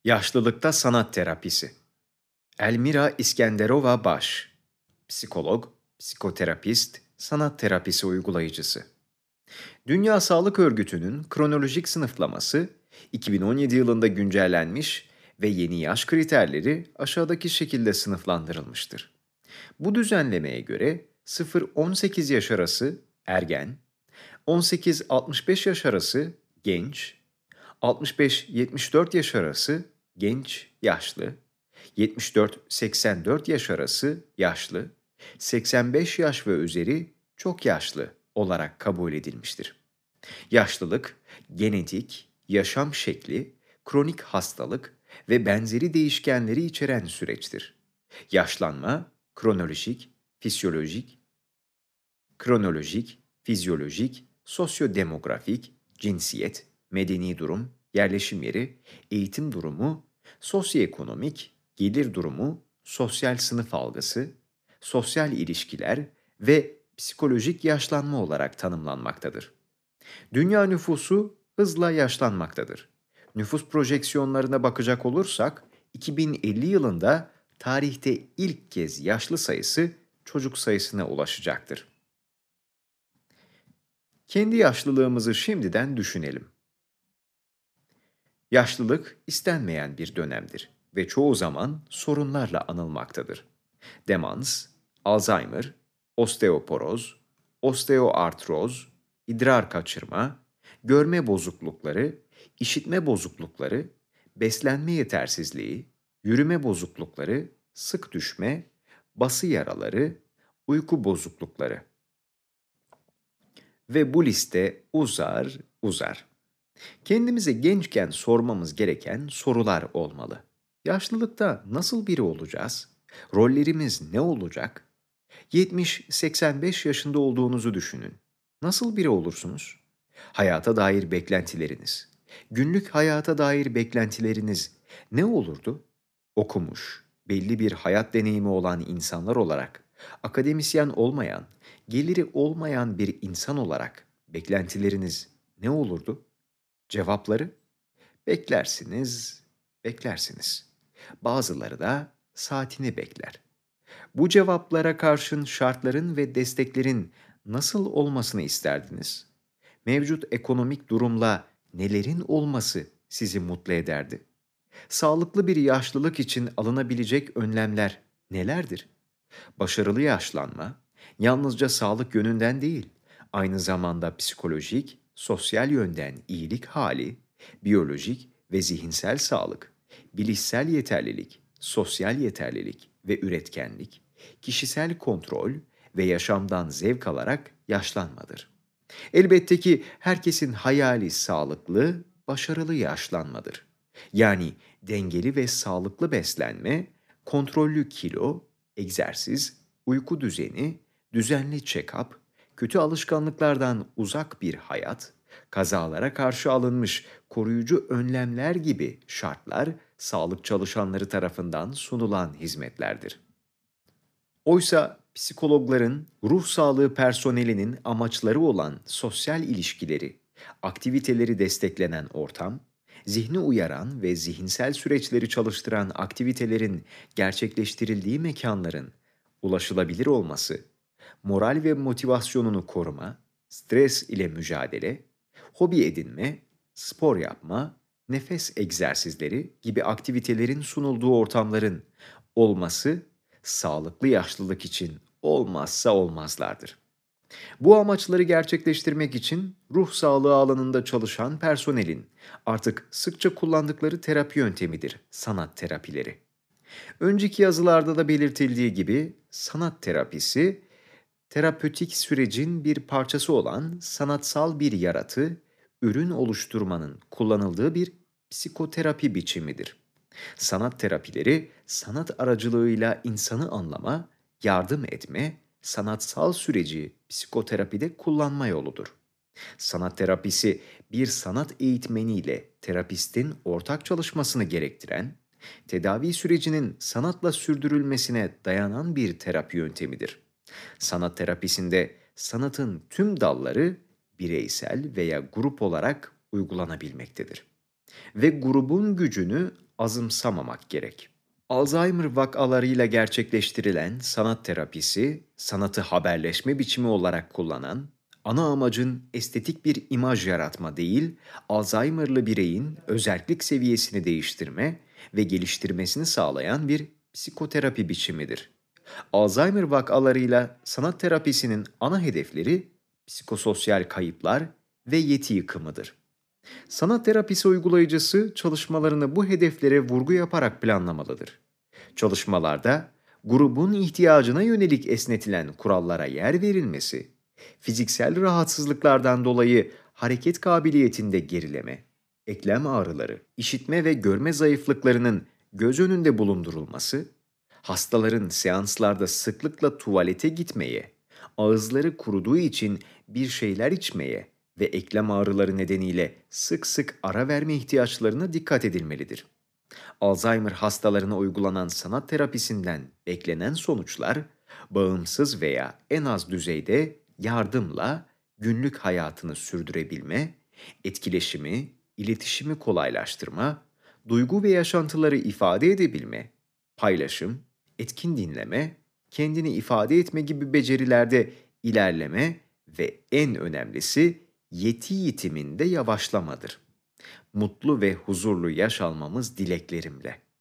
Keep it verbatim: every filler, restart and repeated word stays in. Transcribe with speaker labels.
Speaker 1: Yaşlılıkta sanat terapisi. Elmira İskenderova Baş. Psikolog, psikoterapist, sanat terapisi uygulayıcısı. Dünya Sağlık Örgütü'nün kronolojik sınıflaması iki bin on yedi yılında güncellenmiş ve yeni yaş kriterleri aşağıdaki şekilde sınıflandırılmıştır. Bu düzenlemeye göre sıfır on sekiz yaş arası ergen, on sekiz altmış beş yaş arası genç, altmış beş yetmiş dört yaş arası genç yaşlı, yetmiş dört seksen dört yaş arası yaşlı, seksen beş yaş ve üzeri çok yaşlı olarak kabul edilmiştir. Yaşlılık, genetik, yaşam şekli, kronik hastalık ve benzeri değişkenleri içeren süreçtir. Yaşlanma, kronolojik, fizyolojik, kronolojik, fizyolojik, sosyodemografik, cinsiyet, medeni durum, yerleşim yeri, eğitim durumu, sosyoekonomik, gelir durumu, sosyal sınıf algısı, sosyal ilişkiler ve psikolojik yaşlanma olarak tanımlanmaktadır. Dünya nüfusu hızla yaşlanmaktadır. Nüfus projeksiyonlarına bakacak olursak, iki bin elli yılında tarihte ilk kez yaşlı sayısı çocuk sayısına ulaşacaktır. Kendi yaşlılığımızı şimdiden düşünelim. Yaşlılık istenmeyen bir dönemdir ve çoğu zaman sorunlarla anılmaktadır. Demans, Alzheimer, osteoporoz, osteoartroz, idrar kaçırma, görme bozuklukları, işitme bozuklukları, beslenme yetersizliği, yürüme bozuklukları, sık düşme, bası yaraları, uyku bozuklukları. Ve bu liste uzar uzar. Kendimize gençken sormamız gereken sorular olmalı. Yaşlılıkta nasıl biri olacağız? Rollerimiz ne olacak? yetmiş seksen beş yaşında olduğunuzu düşünün. Nasıl biri olursunuz? Hayata dair beklentileriniz, günlük hayata dair beklentileriniz ne olurdu? Okumuş, belli bir hayat deneyimi olan insanlar olarak, akademisyen olmayan, geliri olmayan bir insan olarak beklentileriniz ne olurdu? Cevapları beklersiniz, beklersiniz. Bazıları da saatini bekler. Bu cevaplara karşın şartların ve desteklerin nasıl olmasını isterdiniz? Mevcut ekonomik durumla nelerin olması sizi mutlu ederdi? Sağlıklı bir yaşlılık için alınabilecek önlemler nelerdir? Başarılı yaşlanma, yalnızca sağlık yönünden değil, aynı zamanda psikolojik, sosyal yönden iyilik hali, biyolojik ve zihinsel sağlık, bilişsel yeterlilik, sosyal yeterlilik ve üretkenlik, kişisel kontrol ve yaşamdan zevk alarak yaşlanmadır. Elbette ki herkesin hayali sağlıklı, başarılı yaşlanmadır. Yani dengeli ve sağlıklı beslenme, kontrollü kilo, egzersiz, uyku düzeni, düzenli check-up, kötü alışkanlıklardan uzak bir hayat, kazalara karşı alınmış koruyucu önlemler gibi şartlar sağlık çalışanları tarafından sunulan hizmetlerdir. Oysa psikologların, ruh sağlığı personelinin amaçları olan sosyal ilişkileri, aktiviteleri desteklenen ortam, zihni uyaran ve zihinsel süreçleri çalıştıran aktivitelerin gerçekleştirildiği mekanların ulaşılabilir olması, moral ve motivasyonunu koruma, stres ile mücadele, hobi edinme, spor yapma, nefes egzersizleri gibi aktivitelerin sunulduğu ortamların olması sağlıklı yaşlılık için olmazsa olmazlardır. Bu amaçları gerçekleştirmek için ruh sağlığı alanında çalışan personelin artık sıkça kullandıkları terapi yöntemidir sanat terapileri. Önceki yazılarda da belirtildiği gibi sanat terapisi, terapötik sürecin bir parçası olan sanatsal bir yaratı, ürün oluşturmanın kullanıldığı bir psikoterapi biçimidir. Sanat terapileri, sanat aracılığıyla insanı anlama, yardım etme, sanatsal süreci psikoterapide kullanma yoludur. Sanat terapisi, bir sanat eğitmeniyle terapistin ortak çalışmasını gerektiren, tedavi sürecinin sanatla sürdürülmesine dayanan bir terapi yöntemidir. Sanat terapisinde sanatın tüm dalları bireysel veya grup olarak uygulanabilmektedir ve grubun gücünü azımsamamak gerek. Alzheimer vakalarıyla gerçekleştirilen sanat terapisi, sanatı haberleşme biçimi olarak kullanan, ana amacın estetik bir imaj yaratma değil, Alzheimer'lı bireyin özerklik seviyesini değiştirme ve geliştirmesini sağlayan bir psikoterapi biçimidir. Alzheimer vakalarıyla sanat terapisinin ana hedefleri psikososyal kayıplar ve yeti yıkımıdır. Sanat terapisi uygulayıcısı çalışmalarını bu hedeflere vurgu yaparak planlamalıdır. Çalışmalarda grubun ihtiyacına yönelik esnetilen kurallara yer verilmesi, fiziksel rahatsızlıklardan dolayı hareket kabiliyetinde gerileme, eklem ağrıları, işitme ve görme zayıflıklarının göz önünde bulundurulması, hastaların seanslarda sıklıkla tuvalete gitmeye, ağızları kuruduğu için bir şeyler içmeye ve eklem ağrıları nedeniyle sık sık ara verme ihtiyaçlarına dikkat edilmelidir. Alzheimer hastalarına uygulanan sanat terapisinden beklenen sonuçlar, bağımsız veya en az düzeyde yardımla günlük hayatını sürdürebilme, etkileşimi, iletişimi kolaylaştırma, duygu ve yaşantıları ifade edebilme, paylaşım, etkin dinleme, kendini ifade etme gibi becerilerde ilerleme ve en önemlisi yeti yitiminde yavaşlamadır. Mutlu ve huzurlu yaş almamız dileklerimle.